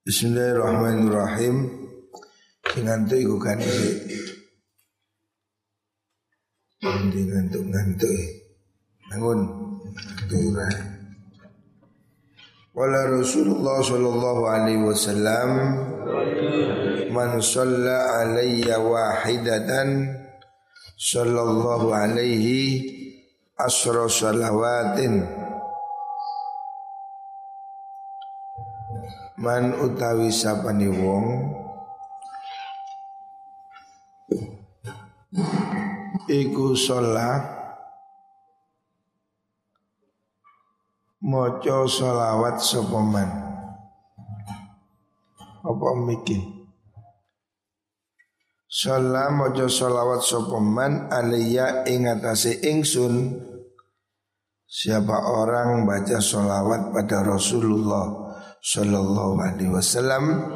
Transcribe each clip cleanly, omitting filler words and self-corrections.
Bismillahirrahmanirrahim. Sing ngantuk iku kan iki. Ngantuk. Bangun. Ora. Wala Rasulullah sallallahu alaihi wasallam man shalla alayya wahidatan sallallahu alaihi asra salawatin. Man utawi sapane wong iku sholat maca sholawat sapa man. Apa mikir sholat maca sholawat sapa man alaiya ing atase ingsun. Siapa orang baca sholawat pada Rasulullah sallallahu alaihi wasallam,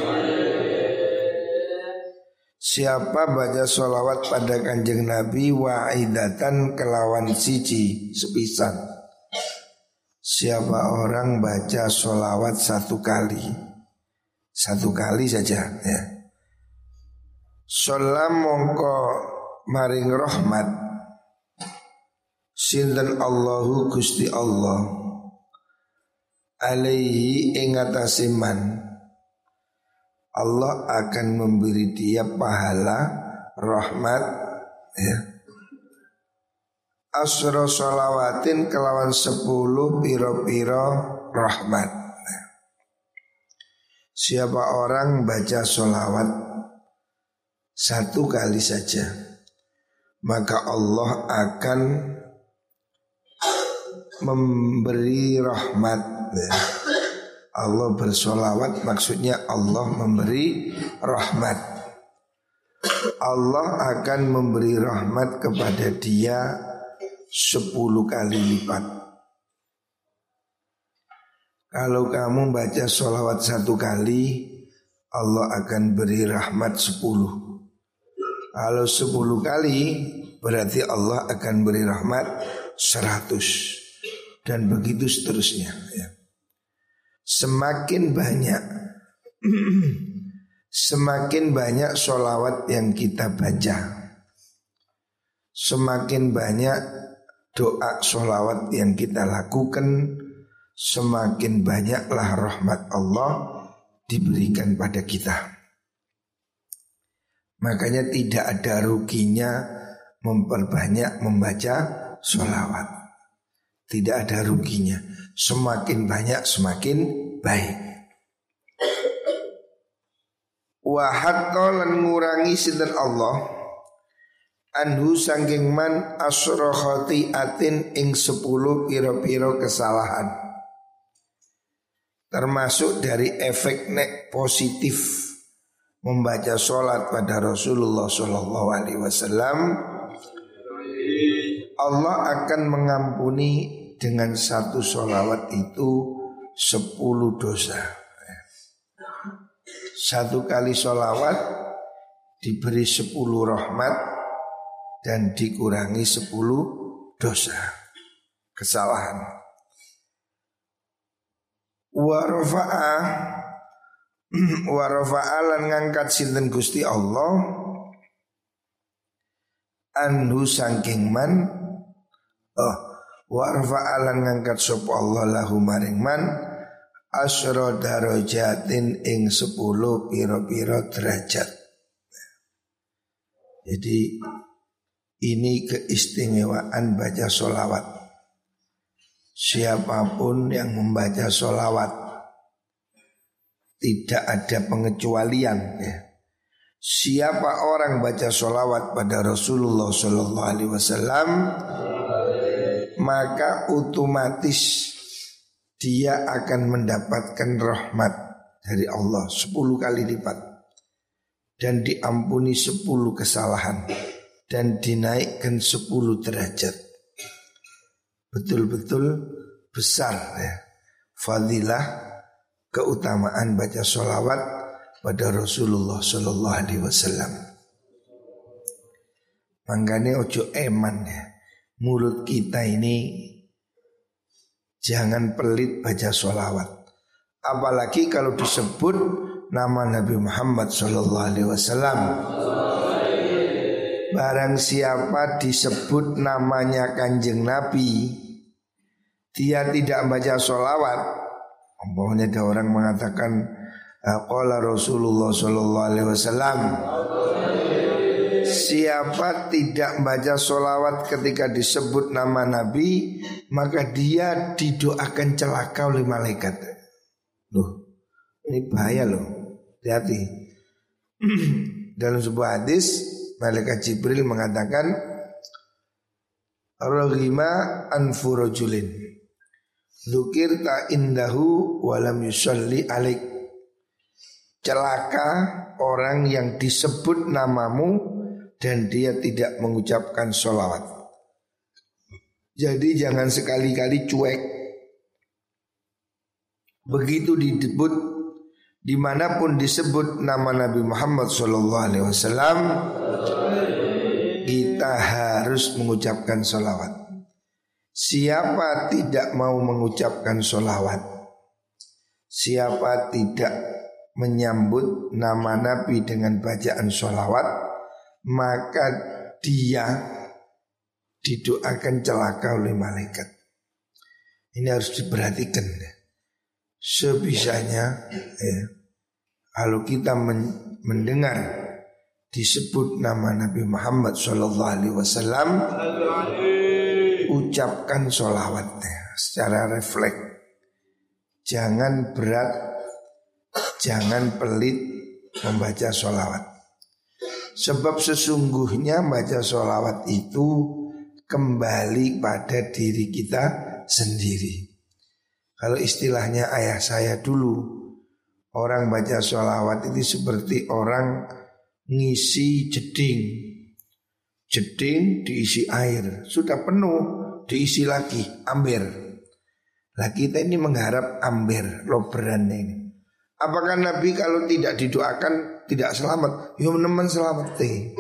siapa baca sholawat pada kanjeng Nabi wa'idatan kelawan siji sepisan. Siapa orang baca sholawat satu kali saja ya. Sholam mongko maring rahmat sinten Allahu Gusti Allah alaihi ing atase man. Allah akan memberi dia pahala rahmat ya. Asra sholawatin kelawan 10 piro-piro rahmat. Siapa orang baca sholawat satu kali saja, maka Allah akan memberi rahmat. Allah bersolawat maksudnya Allah memberi rahmat. Allah akan memberi rahmat kepada dia 10 kali lipat. Kalau kamu baca solawat satu kali, Allah akan beri rahmat 10. Kalau 10 kali berarti Allah akan beri rahmat 100. Dan begitu seterusnya ya. Semakin banyak sholawat yang kita baca, semakin banyak doa sholawat yang kita lakukan, semakin banyaklah rahmat Allah diberikan pada kita. Makanya tidak ada ruginya memperbanyak membaca sholawat. Tidak ada ruginya. Semakin banyak semakin baik. Wa hatta lan ngurangi sinten Allah anhu sangking man asra khati'atin ing 10 piro-piro kesalahan. Termasuk dari efek nek positif membaca sholat pada Rasulullah sallallahu alaihi wasallam, Allah akan mengampuni dengan satu sholawat itu 10 dosa. Satu kali sholawat diberi 10 rahmat dan dikurangi 10 dosa kesalahan. Wa rafa'a lan ngangkat sinten Gusti Allah anhu sangking man wa rafa'alan ngangkat sapa Allah lahu maring man asra darajatin ing 10 piro-piro derajat. Jadi ini keistimewaan baca sholawat. Siapapun yang membaca sholawat tidak ada pengecualian ya. Siapa orang baca sholawat pada Rasulullah sallallahu alaihi wasallam, maka otomatis dia akan mendapatkan rahmat dari Allah 10 kali lipat dan diampuni 10 kesalahan dan dinaikkan 10 derajat. Betul-betul besar ya fadilah keutamaan baca sholawat pada Rasulullah sallallahu alaihi wasallam. Mangkane ojo eman ya. Mulut kita ini jangan pelit baca sholawat. apalagi kalau disebut nama Nabi Muhammad sallallahu alaihi wasallam. Barang siapa disebut namanya Kanjeng Nabi, dia tidak baca sholawat. Umpamanya ada orang mengatakan qala Rasulullah sallallahu alaihi wasallam. Siapa tidak baca sholawat ketika disebut nama Nabi, maka dia didoakan celaka oleh malaikat. Loh, ini bahaya loh. Hati-hati. Dalam sebuah hadis, malaikat Jibril mengatakan, Raghima anfu rajulin dzukirta indahu walam yusalli alaik. Celaka orang yang disebut namamu dan dia tidak mengucapkan sholawat. Jadi jangan sekali-kali cuek. Begitu disebut, dimanapun disebut nama Nabi Muhammad SAW, kita harus mengucapkan sholawat. Siapa tidak mau mengucapkan sholawat, siapa tidak menyambut nama Nabi dengan bacaan sholawat, maka dia didoakan celaka oleh malaikat. Ini harus diperhatikan. Sebisanya kalau kita mendengar disebut nama Nabi Muhammad SAW, ucapkan sholawatnya secara refleks. Jangan berat, jangan pelit membaca sholawat. Sebab sesungguhnya baca sholawat itu kembali pada diri kita sendiri. Kalau istilahnya ayah saya dulu, orang baca sholawat itu seperti orang ngisi jeding. Jeding diisi air, sudah penuh diisi lagi, amber. Lah kita ini mengharap amber, loberan ini. Apakah Nabi kalau tidak didoakan tidak selamat? Ya teman selamat deh.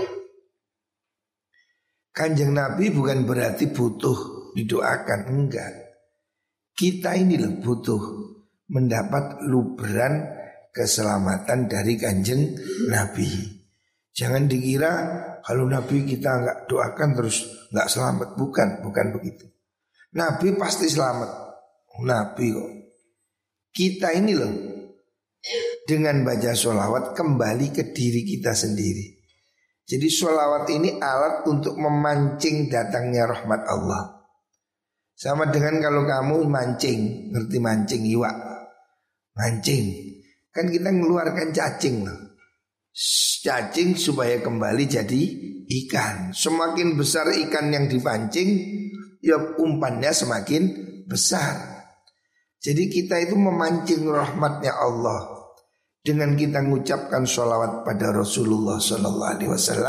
Kanjeng Nabi bukan berarti butuh didoakan, enggak. Kita ini loh butuh mendapat luberan keselamatan dari Kanjeng Nabi. Jangan dikira kalau Nabi kita enggak doakan terus enggak selamat. Bukan begitu. Nabi pasti selamat. Nabi kok. Kita ini loh dengan baca sholawat kembali ke diri kita sendiri. Jadi sholawat ini alat untuk memancing datangnya rahmat Allah. Sama dengan kalau kamu mancing, ngerti mancing iwak? Mancing, kan kita mengeluarkan cacing loh. Cacing supaya kembali jadi ikan. Semakin besar ikan yang dipancing, ya umpannya semakin besar. Jadi kita itu memancing rahmatnya Allah dengan kita mengucapkan sholawat pada Rasulullah SAW.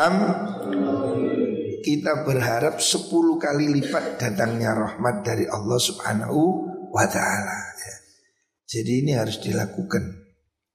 Kita berharap 10 kali lipat datangnya rahmat dari Allah Subhanahu wa ta'ala. Jadi ini harus dilakukan.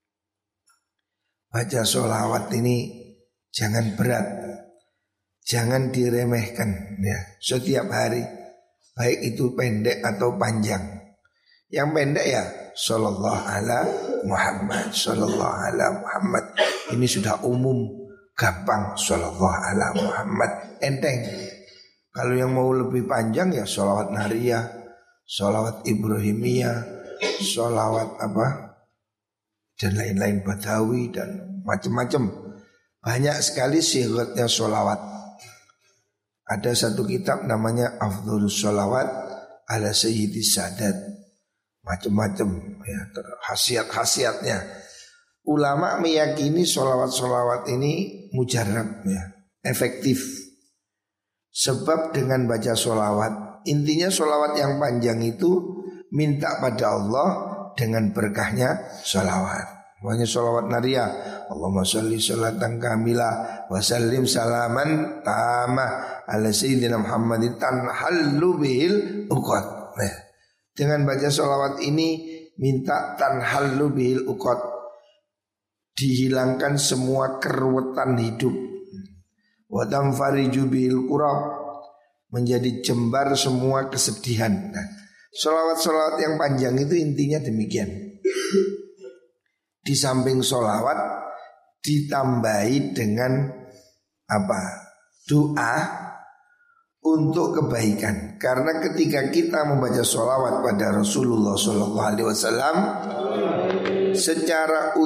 Baca sholawat ini jangan berat, jangan diremehkan ya. Setiap hari, baik itu pendek atau panjang. Yang pendek ya sallallahu ala Muhammad, sallallahu ala Muhammad. Ini sudah umum, gampang, sallallahu ala Muhammad, enteng. Kalau yang mau lebih panjang ya sholawat nariyah, sholawat Ibrahimiyah, sholawat apa dan lain-lain Badawi dan macam-macam. Banyak sekali syiratnya sholawat. Ada satu kitab namanya Afdhulus Sholawat ala Sayyidis Sadat. Macam-macam ya, khasiat-khasiatnya. Ulama meyakini sholawat-sholawat ini mujarab ya, efektif. Sebab dengan baca sholawat, intinya sholawat yang panjang itu minta pada Allah dengan berkahnya sholawat. Makanya sholawat nariyah, Allahumma sholli sholatan kamilah wa sallim salaman tamah ala sayyidina Muhammadin tanhallu bihil uqad. Dengan baca sholawat ini minta tanhallu bihil uqad, dihilangkan semua keruwetan hidup. Wa tanfariju bihil kurab, menjadi jembar semua kesedihan. Nah, sholawat-sholawat yang panjang itu intinya demikian. Di samping sholawat ditambahi dengan apa? Doa untuk kebaikan. Karena ketika kita membaca sholawat pada Rasulullah SAW, secara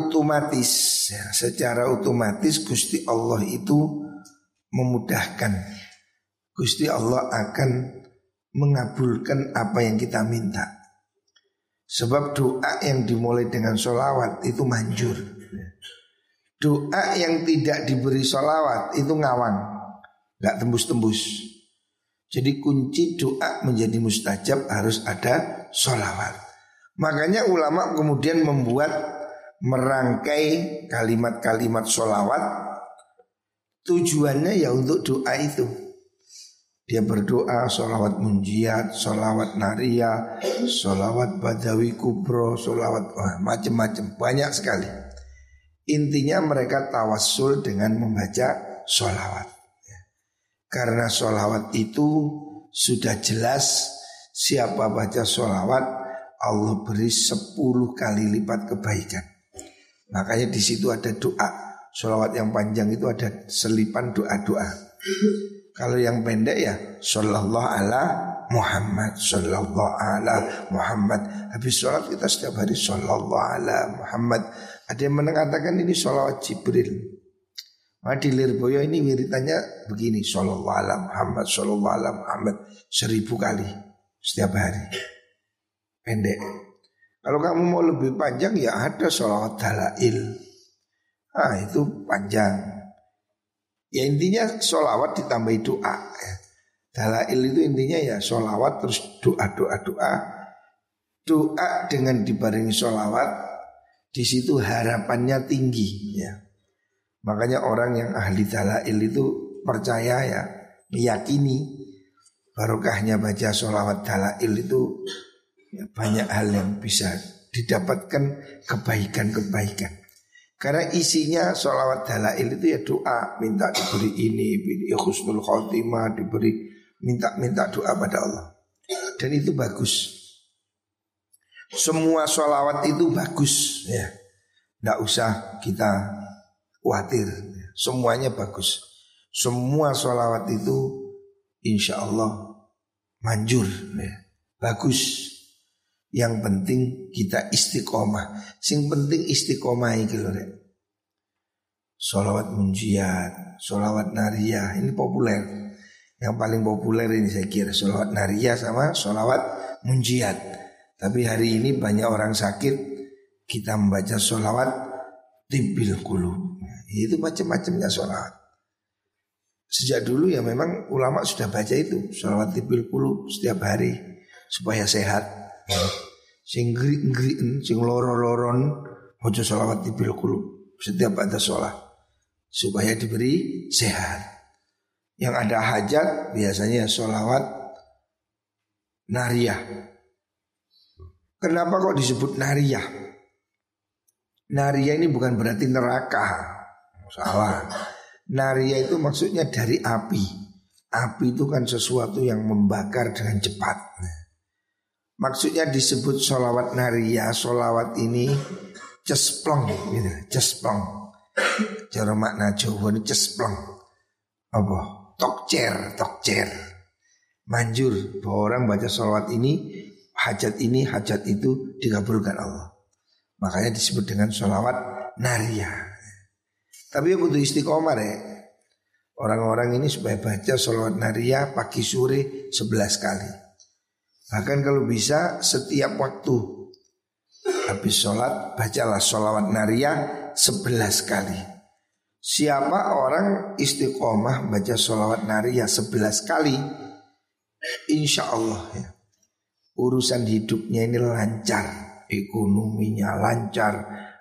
otomatis Gusti Allah itu memudahkan. Gusti Allah akan mengabulkan apa yang kita minta. Sebab doa yang dimulai dengan sholawat itu manjur. Doa yang tidak diberi sholawat itu ngawang, gak tembus-tembus. Jadi kunci doa menjadi mustajab harus ada sholawat. Makanya ulama kemudian membuat merangkai kalimat-kalimat sholawat. Tujuannya ya untuk doa itu. Dia berdoa sholawat munjiat, sholawat nariyah, sholawat badawi kubro, sholawat macam-macam, banyak sekali. Intinya mereka tawassul dengan membaca sholawat. Karena sholawat itu sudah jelas siapa baca sholawat Allah beri 10 kali lipat kebaikan. Makanya di situ ada doa. Sholawat yang panjang itu ada selipan doa-doa. Kalau yang pendek ya sallallahu ala Muhammad, sallallahu ala Muhammad. Habis sholat kita setiap hari sallallahu ala Muhammad. Ada yang mengatakan ini sholawat Jibril. Di Lirboyo ini wiritannya begini, sallallahu ala Muhammad, sallallahu ala Muhammad 1000 kali setiap hari. Pendek. Kalau kamu mau lebih panjang ya ada sholawat dalail. Itu panjang. Ya intinya sholawat ditambahi doa ya. Dalail itu intinya ya sholawat terus doa. Doa dengan dibarengi sholawat, di situ harapannya tinggi ya. Makanya orang yang ahli dalail itu percaya ya, meyakini barokahnya baca sholawat dalail itu ya, banyak hal yang bisa didapatkan kebaikan-kebaikan. Karena isinya sholawat dalail itu ya doa, minta diberi ini, husnul khotimah, diberi minta doa pada Allah. Dan itu bagus. Semua sholawat itu bagus ya. Tidak usah kita khawatir, semuanya bagus. Semua sholawat itu insya Allah manjur ya. Bagus. Yang penting kita istiqomah. Sing penting istiqomah iki lho rek. Sholawat munjiat, sholawat nariyah ini populer. Yang paling populer ini saya kira sholawat nariyah sama sholawat munjiat. Tapi hari ini banyak orang sakit, kita membaca sholawat tibbil qulub. Itu macam-macamnya sholawat. Sejak dulu ya memang ulama sudah baca itu sholawat tibbil qulub setiap hari supaya sehat. Sing ngri-ngriin, sing loro-loron maca sholawat tibbil qulub setiap ada sholat supaya diberi sehat. Yang ada hajat biasanya sholawat nariyah. Kenapa kok disebut nariyah? Nariyah ini bukan berarti neraka. Salah. Nariyah itu maksudnya dari api. Api itu kan sesuatu yang membakar dengan cepat. Maksudnya disebut sholawat nariyah. Sholawat ini cesplong gitu, cesplong. Cara makna Jawa ini cesplong. Apa? Tokcer. Manjur bahwa orang baca sholawat ini, hajat itu dikabulkan Allah. Makanya disebut dengan sholawat nariyah. Tapi ya kudu istiqomah ya. Orang-orang ini supaya baca sholawat nariyah pagi sore 11 kali. Bahkan kalau bisa setiap waktu habis sholat bacalah sholawat nariyah 11 kali. Siapa orang istiqomah baca sholawat nariyah 11 kali, insya Allah ya, urusan hidupnya ini lancar, ekonominya lancar,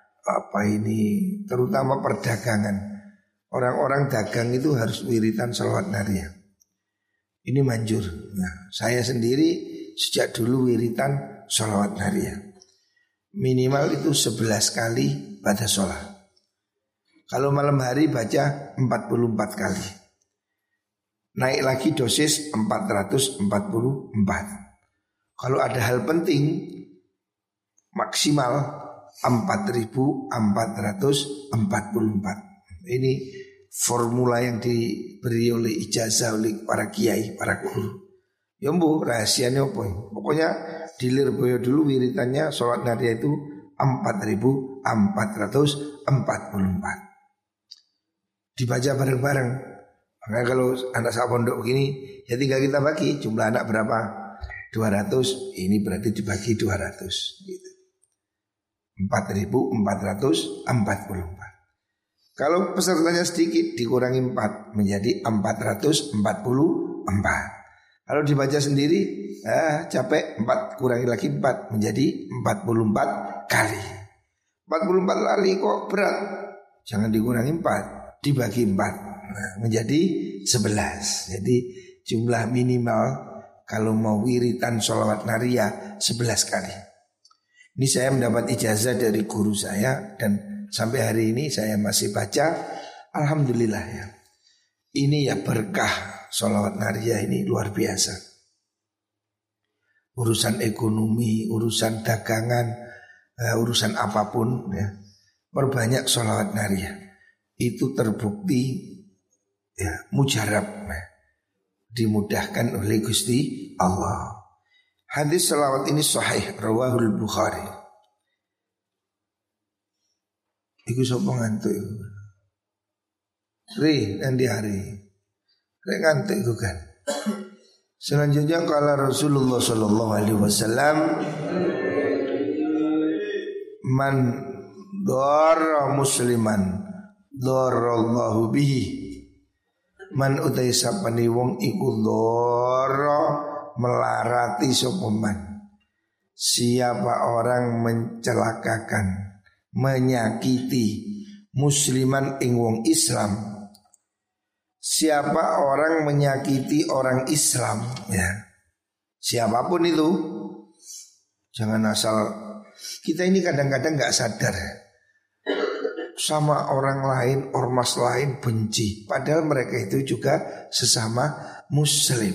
terutama perdagangan. Orang-orang dagang itu harus wiritan sholawat nariyah. Ini manjur. Nah, saya sendiri sejak dulu wiritan sholawat nariyah. Minimal itu 11 kali pada sholat. Kalau malam hari baca 44 kali. Naik lagi dosis 444. Kalau ada hal penting maksimal 4444. Ini formula yang diberi oleh ijazah oleh para kiai, para guru. Ya mbuh rahasianya apa? Pokoknya di Lirboyo dulu wiritannya sholat naria itu 4444. Dibaca bareng-bareng. Makanya kalau anak saya pondok begini, ya tinggal kita bagi jumlah anak berapa? 200, ini berarti dibagi 200 gitu. 4444. Kalau pesertanya sedikit dikurangi 4 menjadi 444. Kalau dibaca sendiri capek 4 kurangi lagi 4 menjadi 44 kali. 44 kali kok berat. Jangan dikurangi 4, dibagi 4. Nah, menjadi 11. Jadi jumlah minimal kalau mau wiritan sholawat naria 11 kali. Ini saya mendapat ijazah dari guru saya dan sampai hari ini saya masih baca. Alhamdulillah ya. Ini ya berkah sholawat naria ini luar biasa. Urusan ekonomi, urusan dagangan, urusan apapun ya, perbanyak sholawat naria. Itu terbukti ya, mujarab ya, dimudahkan oleh Gusti Allah. Hadis salawat ini sahih rawahul Bukhari. Iku sapa ngantuk iku? Nanti hari. Rek ngantuk iku kan. Selanjutnya kala Rasulullah sallallahu alaihi wasallam, man dara musliman darallahu bihi. Man utai sapani wong iku dara melarati sopeman. Siapa orang mencelakakan, menyakiti musliman ing wong Islam. Siapa orang menyakiti orang Islam ya, siapapun itu, jangan asal. Kita ini kadang-kadang gak sadar sama orang lain, ormas lain benci, padahal mereka itu juga sesama muslim.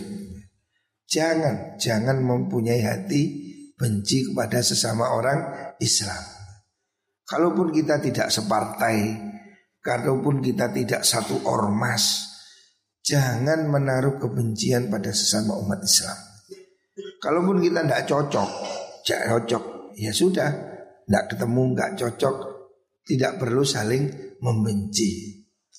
Jangan mempunyai hati benci kepada sesama orang Islam. Kalaupun kita tidak separtai, kalaupun kita tidak satu ormas, jangan menaruh kebencian pada sesama umat Islam. Kalaupun kita tidak cocok, ya sudah, tidak ketemu, tidak cocok, tidak perlu saling membenci.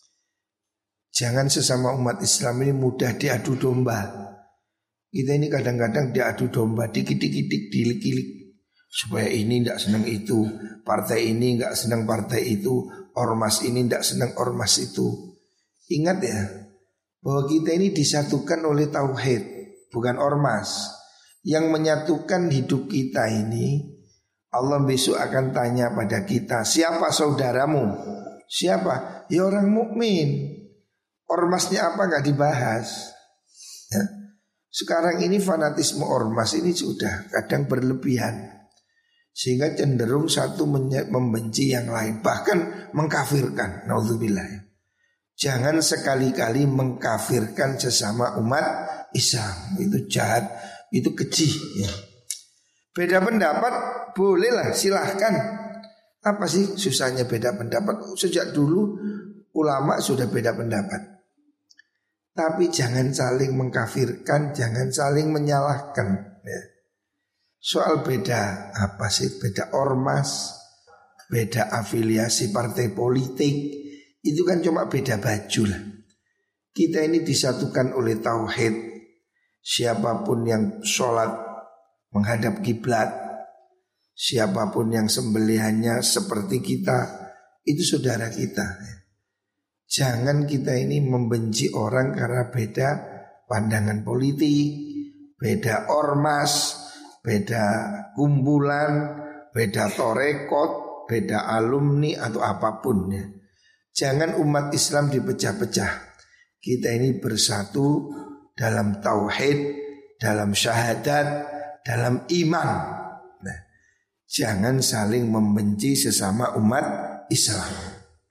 Jangan sesama umat Islam ini mudah diadu domba. Kita ini kadang-kadang diadu domba, dikit-dikit, dilik-ilik, supaya ini tidak senang itu, partai ini tidak senang partai itu, ormas ini tidak senang ormas itu. Ingat ya, bahwa kita ini disatukan oleh tauhid, bukan ormas. Yang menyatukan hidup kita ini, Allah besok akan tanya pada kita, siapa saudaramu? Siapa? Ya orang mukmin. Ormasnya apa nggak dibahas. Ya. Sekarang ini fanatisme ormas ini sudah kadang berlebihan, sehingga cenderung satu membenci yang lain, bahkan mengkafirkan. Naudzubillah. Jangan sekali-kali mengkafirkan sesama umat Islam. Itu jahat, itu keji ya. Beda pendapat bolehlah, silahkan. Apa sih susahnya beda pendapat? Sejak dulu ulama sudah beda pendapat. Tapi jangan saling mengkafirkan, jangan saling menyalahkan ya. Soal beda apa sih? Beda ormas, beda afiliasi partai politik, itu kan cuma beda baju lah. Kita ini disatukan oleh tauhid. Siapapun yang sholat menghadap kiblat, siapapun yang sembelihannya seperti kita, itu saudara kita ya. Jangan kita ini membenci orang karena beda pandangan politik, beda ormas, beda kumpulan, beda torekot, beda alumni atau apapun ya. Jangan umat Islam dipecah-pecah. Kita ini bersatu dalam tauhid, dalam syahadat, dalam iman. Nah, jangan saling membenci sesama umat Islam.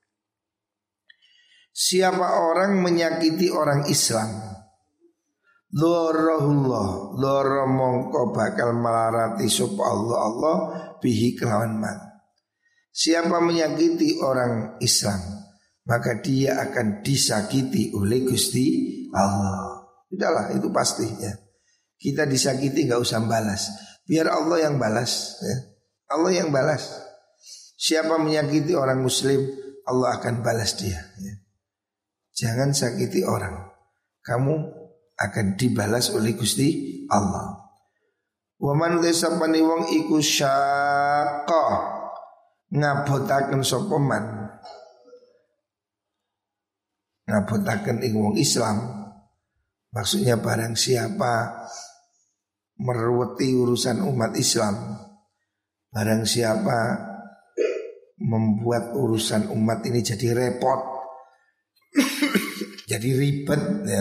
Siapa orang menyakiti orang Islam, dzarrahullah, dzarra mongko bakal melarati sapa Allah bihi kelawan man. Siapa menyakiti orang Islam, maka dia akan disakiti oleh Gusti Allah. Sudahlah, itu pasti ya. Kita disakiti gak usah balas, biar Allah yang balas ya. Allah yang balas. Siapa menyakiti orang muslim, Allah akan balas dia ya. Jangan sakiti orang, kamu akan dibalas oleh Gusti Allah. Wa man tasabani wong iku syaqqa ngabotaken sapa man, ngabotaken ing wong Islam, maksudnya barang siapa meruweti urusan umat Islam, barang siapa membuat urusan umat ini jadi repot, jadi ribet ya.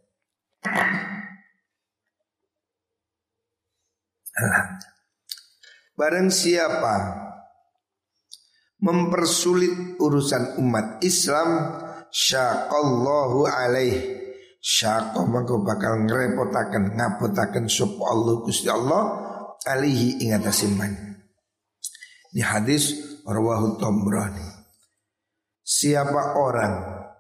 Barang siapa mempersulit urusan umat Islam, syaqallahu alaih, syaqqa maka bakal ngerepotaken, ngabotaken sapa Allah Gusti Allah alaihi ing atasin man. Ini hadis rawahu Tabrani. Siapa orang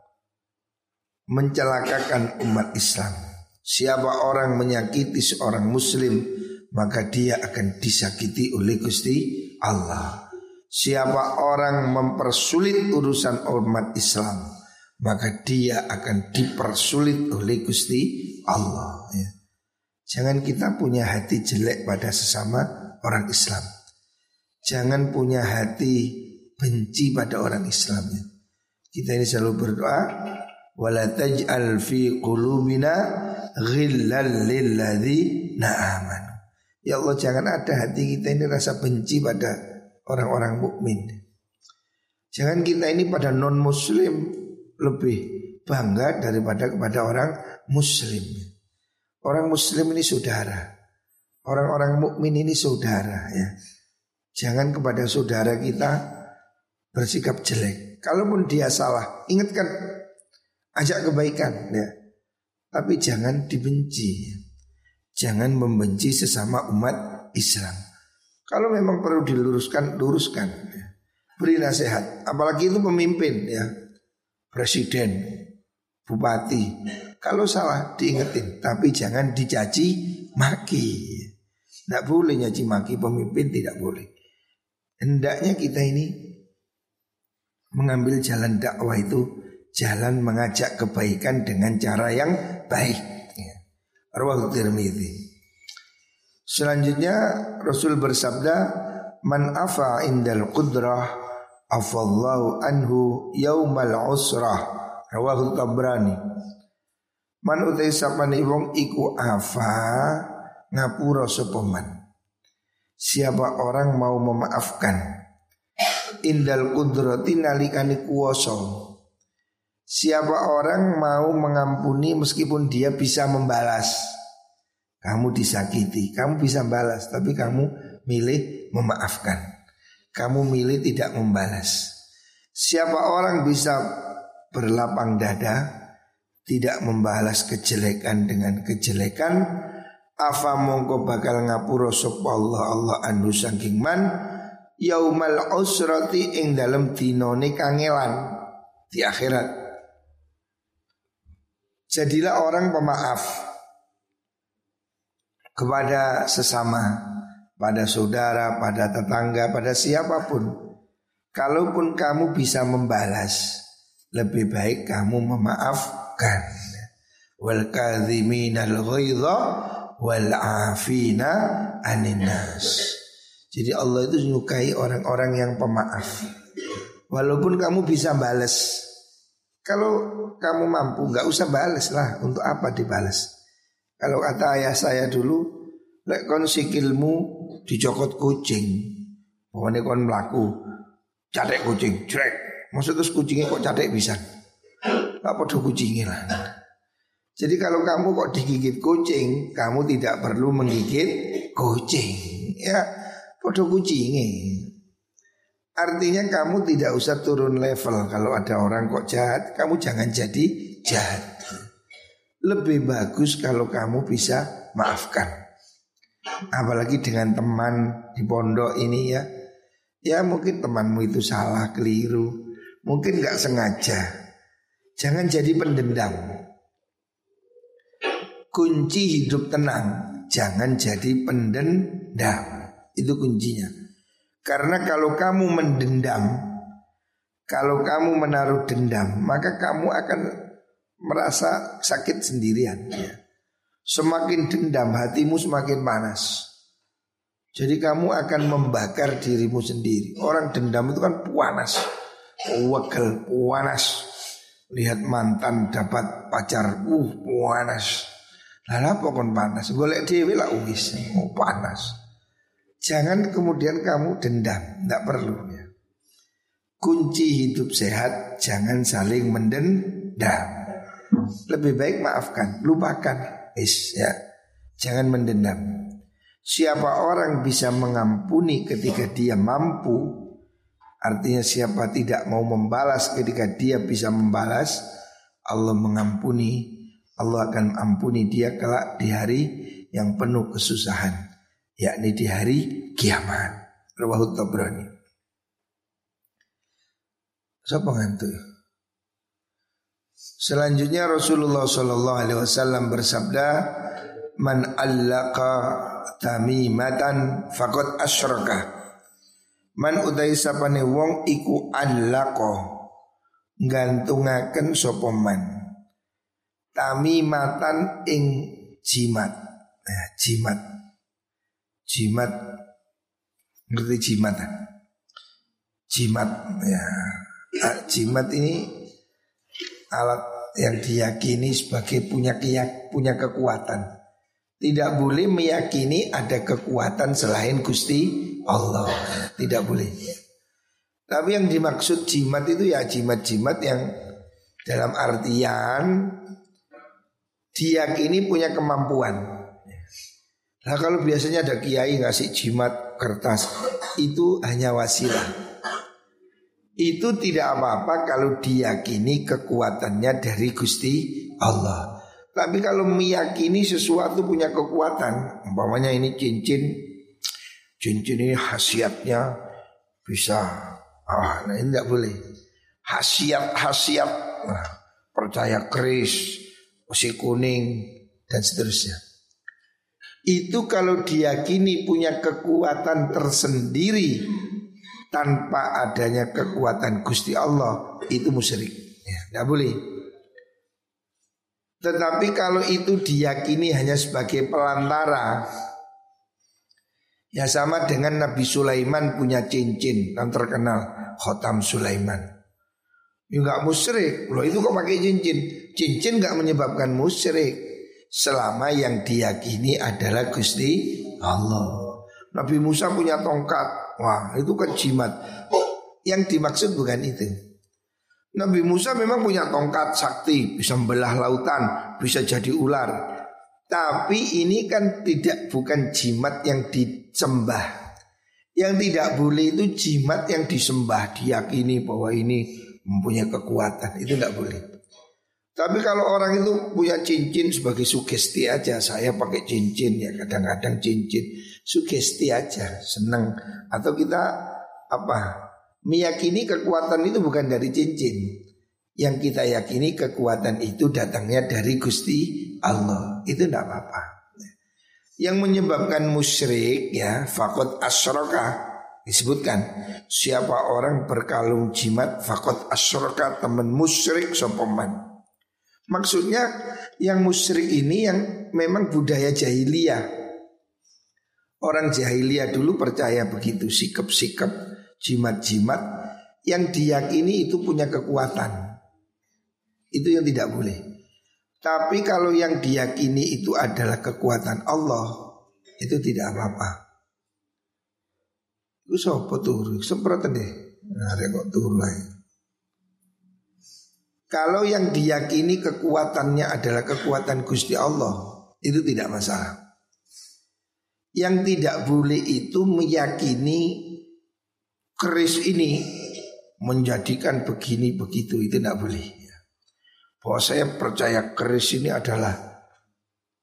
mencelakakan umat Islam, siapa orang menyakiti seorang muslim, maka dia akan disakiti oleh Gusti Allah. Siapa orang mempersulit urusan umat Islam, maka dia akan dipersulit oleh Gusti Allah ya. Jangan kita punya hati jelek pada sesama orang Islam. Jangan punya hati benci pada orang Islam ya. Kita ini selalu berdoa, wala taj'al fi qulubina ghillan lilladzina amanu. Ya Allah, jangan ada hati kita ini rasa benci pada orang-orang mukmin. Jangan kita ini pada non muslim lebih bangga daripada kepada orang muslim. Orang muslim ini saudara, orang-orang mukmin ini saudara ya. Jangan kepada saudara kita bersikap jelek. Kalaupun dia salah, ingatkan, ajak kebaikan ya. Tapi jangan dibenci. Jangan membenci sesama umat Islam. Kalau memang perlu diluruskan, luruskan ya. Beri nasihat. Apalagi itu pemimpin ya, presiden, bupati. Kalau salah diingetin, tapi jangan dicaci maki. Tidak boleh nyaci maki pemimpin, tidak boleh. Hendaknya kita ini mengambil jalan dakwah itu jalan mengajak kebaikan dengan cara yang baik. Rawahu Tirmidzi. Selanjutnya Rasul bersabda, man afa indal qudrah afallahu anhu yaumal usrah. Rawahu Tabrani. Man utai sapane wong iku afa ngapura sapa man. Siapa orang mau memaafkan indal qudrati nalikane kuwasa. Siapa orang mau mengampuni meskipun dia bisa membalas. Kamu disakiti, kamu bisa balas, tapi kamu milih memaafkan. Kamu milih tidak membalas. Siapa orang bisa berlapang dada, tidak membalas kejelekan dengan kejelekan, afa mongko bakal ngapura sapa Allah anhu saking man yaumal usrati ing dalem dinane kangelan di akhirat. Jadilah orang pemaaf kepada sesama, pada saudara, pada tetangga, pada siapapun. Kalaupun kamu bisa membalas, lebih baik kamu memaafkan. Wal kadhiminal ghaidha wal afina anin nas. Jadi Allah itu menyukai orang-orang yang pemaaf. Walaupun kamu bisa balas. Kalau kamu mampu, gak usah balas lah. Untuk apa dibalas? Kalau kata ayah saya dulu, lek kon sikilmu dicokot kucing, pokoknya kon melaku catek kucing, jrek. Maksud terus kucingnya kok catek bisa? Gak podo kucingnya lah. Jadi kalau kamu kok digigit kucing, kamu tidak perlu menggigit kucing. Ya podo kucingnya. Artinya kamu tidak usah turun level. Kalau ada orang kok jahat, kamu jangan jadi jahat. Lebih bagus kalau kamu bisa maafkan. Apalagi dengan teman di pondok ini ya. Ya mungkin temanmu itu salah, keliru, mungkin gak sengaja. Jangan jadi pendendam. Kunci hidup tenang, jangan jadi pendendam. Itu kuncinya. Karena kalau kamu mendendam, kalau kamu menaruh dendam, maka kamu akan merasa sakit sendirian ya. Semakin dendam hatimu semakin panas. Jadi kamu akan membakar dirimu sendiri. Orang dendam itu kan panas, wegel, panas. Lihat mantan dapat pacar, panas. Lah apa kon panas? Golek dhewe lah wis, panas. Jangan kemudian kamu dendam, enggak perlu ya. Kunci hidup sehat, jangan saling mendendam. Lebih baik maafkan, lupakan, ya. Jangan mendendam. Siapa orang bisa mengampuni ketika dia mampu, artinya siapa tidak mau membalas ketika dia bisa membalas, Allah mengampuni. Allah akan ampuni dia kelak di hari yang penuh kesusahan, yakni di hari kiamat. Rawahu Tabrani. Siapa ngantuk? Selanjutnya Rasulullah SAW bersabda, man allaqa tamimatan faqad asyraka. Man utai sapane wong iku allaqa gantungaken sapa man tamimatan ing jimat. Jimat ngerti jimat? Jimat ya. Jimat ini alat yang diyakini sebagai punya kekuatan. Tidak boleh meyakini ada kekuatan selain Gusti Allah. Tidak boleh. Tapi yang dimaksud jimat itu ya jimat-jimat yang dalam artian diyakini punya kemampuan. Nah kalau biasanya ada kiai ngasih jimat kertas, itu hanya wasilah. Itu tidak apa-apa kalau diyakini kekuatannya dari Gusti Allah. Tapi kalau meyakini sesuatu punya kekuatan, umpamanya ini cincin ini khasiatnya bisa, nah ini tidak boleh. Khasiat, nah, percaya keris, besi kuning dan seterusnya. Itu kalau diyakini punya kekuatan tersendiri tanpa adanya kekuatan Gusti Allah, itu musyrik. Ya, tidak boleh. Tetapi kalau itu diyakini hanya sebagai pelantara, ya sama dengan Nabi Sulaiman punya cincin yang terkenal, Khotam Sulaiman. Ya enggak musyrik. Loh itu kok pakai cincin? Cincin enggak menyebabkan musyrik selama yang diyakini adalah Gusti Allah. Nabi Musa punya tongkat. Wah, itu kan jimat. Yang dimaksud bukan itu. Nabi Musa memang punya tongkat sakti, bisa membelah lautan, bisa jadi ular. Tapi ini kan bukan jimat yang disembah. Yang tidak boleh itu jimat yang disembah, diyakini bahwa ini mempunyai kekuatan. Itu tidak boleh. Tapi kalau orang itu punya cincin sebagai sugesti aja, saya pakai cincin ya, kadang-kadang cincin sugesti aja, senang. Atau kita meyakini kekuatan itu bukan dari cincin. Yang kita yakini kekuatan itu datangnya dari Gusti Allah. Itu tidak apa-apa. Yang menyebabkan musyrik ya faqad asyraka, disebutkan siapa orang berkalung jimat faqad asyraka, teman musyrik sapa man. Maksudnya yang musyrik ini yang memang budaya jahiliyah. Orang jahiliyah dulu percaya begitu, sikap-sikap jimat-jimat yang diyakini itu punya kekuatan. Itu yang tidak boleh. Tapi kalau yang diyakini itu adalah kekuatan Allah, itu tidak apa-apa. Itu sapa turu, semprotan deh. Nah, kok turu ae. Kalau yang diyakini kekuatannya adalah kekuatan Gusti Allah, itu tidak masalah. Yang tidak boleh itu meyakini keris ini menjadikan begini begitu, itu tidak boleh. Bahwa saya percaya keris ini adalah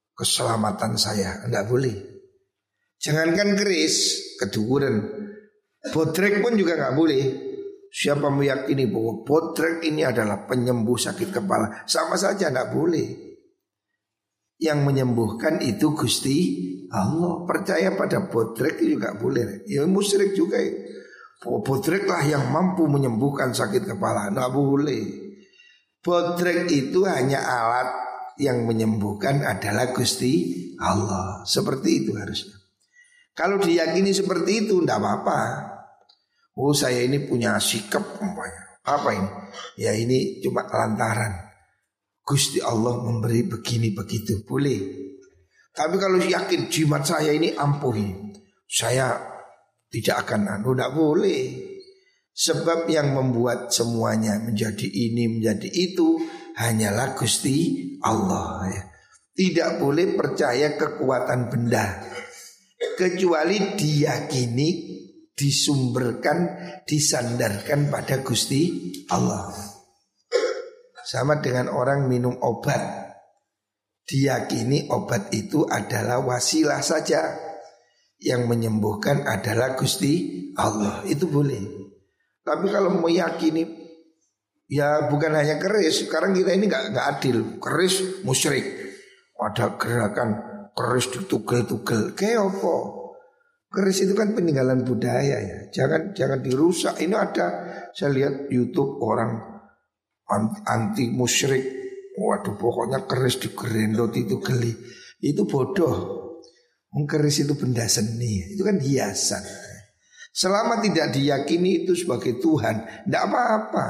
keselamatan saya, tidak boleh. Jangankan keris, kedukuran Bodrek pun juga nggak boleh. Siapa meyakini bahwa bodrek ini adalah penyembuh sakit kepala, sama saja nggak boleh. Yang menyembuhkan itu Gusti Allah. Percaya pada bodrek itu juga boleh. Ya musyrik juga ya. Bodrek lah yang mampu menyembuhkan sakit kepala, nggak boleh. Bodrek itu hanya alat, yang menyembuhkan adalah Gusti Allah. Seperti itu harusnya. Kalau diyakini seperti itu tidak apa-apa. Oh saya ini punya sikap apa ini? Ya ini cuma lantaran Gusti Allah memberi begini begitu, boleh. Tapi kalau yakin jimat saya ini ampuh ini, saya tidak akan tidak boleh. Sebab yang membuat semuanya menjadi ini menjadi itu hanyalah Gusti Allah ya. Tidak boleh percaya kekuatan benda kecuali diyakini, disumberkan, disandarkan pada Gusti Allah. Sama dengan orang minum obat, diyakini obat itu adalah wasilah saja, yang menyembuhkan adalah Gusti Allah. Itu boleh. Tapi kalau meyakini, ya bukan hanya keris. Sekarang kita ini nggak adil. Keris musyrik. Ada gerakan keris ditugel-tugel. Kayak apa? Keris itu kan peninggalan budaya ya. Jangan dirusak. Ini ada, saya lihat YouTube orang anti musyrik. Waduh, pokoknya keris digerendot itu geli. Itu bodoh. Keris itu benda seni. Itu kan hiasan. Selama tidak diyakini itu sebagai Tuhan, tidak apa-apa.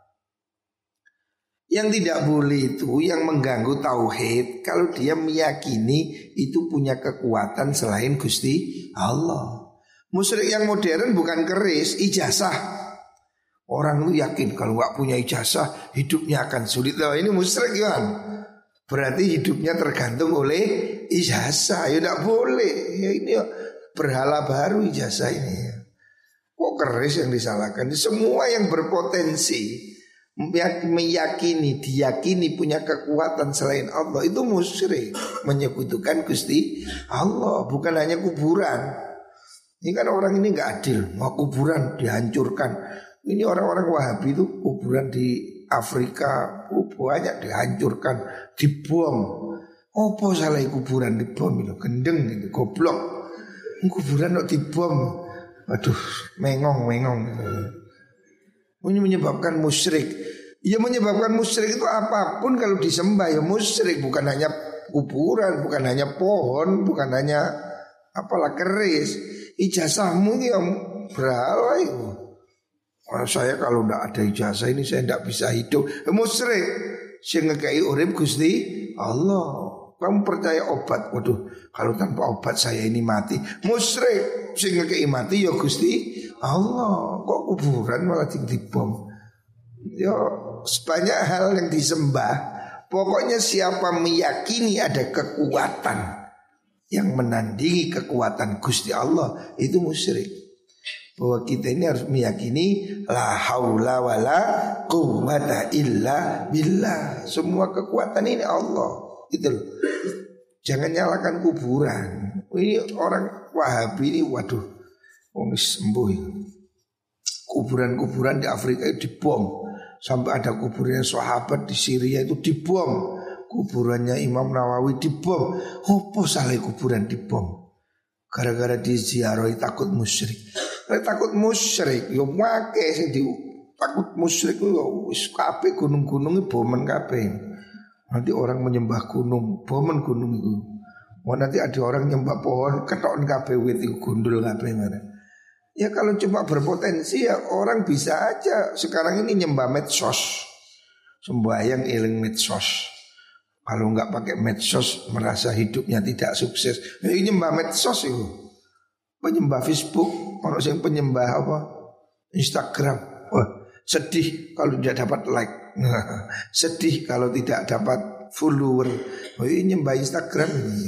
Yang tidak boleh itu yang mengganggu tauhid, kalau dia meyakini itu punya kekuatan selain Gusti Allah. Musyrik yang modern bukan keris, ijazah. Orang itu yakin kalau nggak punya ijazah hidupnya akan sulit. Loh, ini musyrik kan? Berarti hidupnya tergantung oleh ijazah. Ya tidak boleh. Ya ini berhala baru ijazah ini. Kok keris yang disalahkan? Semua yang berpotensi meyakini, diyakini punya kekuatan selain Allah itu musyrik, menyekutukan Gusti Allah. Bukan hanya kuburan. Ini kan orang ini nggak adil. Mau kuburan dihancurkan. Ini orang-orang Wahabi itu kuburan di Afrika banyak dihancurkan, dibom. Apa salah kuburan dibom itu? Gendeng itu, goblok. Kuburan kok dibom. Aduh, mengong. Ini menyebabkan musyrik. Ya menyebabkan musyrik itu apapun kalau disembah ya musyrik. Bukan hanya kuburan, bukan hanya pohon, bukan hanya apalah keris. Ijazahmu ya berhala itu. Saya kalau tidak ada ijazah ini saya tidak bisa hidup. Musyrik. Sing ngekei urip Gusti Allah. Kamu percaya obat? Waduh, kalau tanpa obat saya ini mati. Musyrik. Sing ngekei mati ya Gusti Allah. Kok kuburan malah dibom? Ya banyak hal yang disembah. Pokoknya siapa meyakini ada kekuatan yang menandingi kekuatan Gusti Allah, itu musyrik. Bahwa kita ini harus meyakini la haula wala quwwata illa billah. Semua kekuatan ini Allah. Itu loh. Jangan nyalakan kuburan. Ini orang Wahabi ini waduh, sembuh. Kuburan-kuburan di Afrika itu dibom. Sampai ada kuburannya sahabat di Syria itu dibom. Kuburannya Imam Nawawi dibom. Apa salah kuburan dibom? Gara-gara diziarahi takut musyrik. Takut musyrik, yo make sing takut musyrik yo wis kabeh gunung-gunung bomen kabeh. Nanti orang menyembah gunung, bomen gunung itu. Mau nanti ada orang nyembah pohon, ketokon kabeh wit iku gundul kabeh mana. Ya kalau cuma berpotensi ya orang bisa aja sekarang ini nyembah medsos. Sembahyang eling medsos. Kalau enggak pakai medsos merasa hidupnya tidak sukses. Ya nyembah medsos itu. Penyembah Facebook, orang yang penyembah apa? Instagram. Wah, sedih kalau tidak dapat like. Sedih kalau tidak dapat follower. Oh, ini nyembah Instagram ini.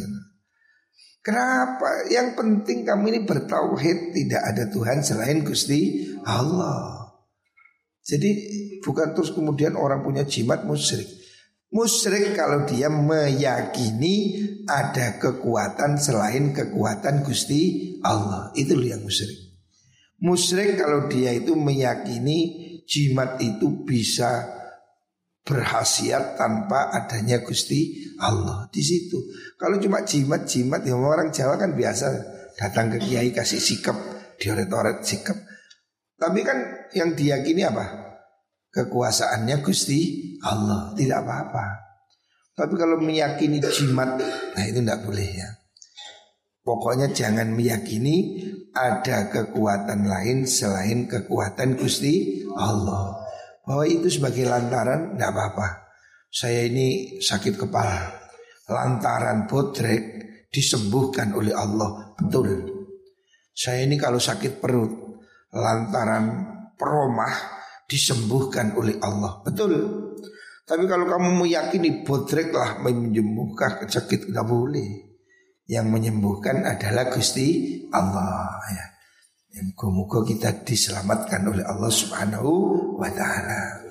Kenapa? Yang penting kamu ini bertauhid, tidak ada Tuhan selain Gusti Allah. Jadi bukan terus kemudian orang punya jimat musyrik. Musyrik kalau dia meyakini ada kekuatan selain kekuatan Gusti Allah. Itu yang musyrik. Musyrik kalau dia itu meyakini jimat itu bisa berkhasiat tanpa adanya Gusti Allah di situ. Kalau cuma jimat-jimat ya orang Jawa kan biasa datang ke kiai kasih sikap, dioret-oret sikap. Tapi kan yang diyakini apa? Kekuasaannya Gusti Allah, tidak apa-apa. Tapi kalau meyakini jimat, nah itu tidak boleh ya. Pokoknya jangan meyakini ada kekuatan lain selain kekuatan Gusti Allah. Bahwa itu sebagai lantaran, tidak apa-apa. Saya ini sakit kepala, lantaran bodrek disembuhkan oleh Allah, betul. Saya ini kalau sakit perut, lantaran peromah disembuhkan oleh Allah, betul. Tapi kalau kamu meyakini bodrek lah menyembuhkan sakit, tidak boleh. Yang menyembuhkan adalah Gusti Allah ya. Moga-moga kita diselamatkan oleh Allah Subhanahu wa ta'ala.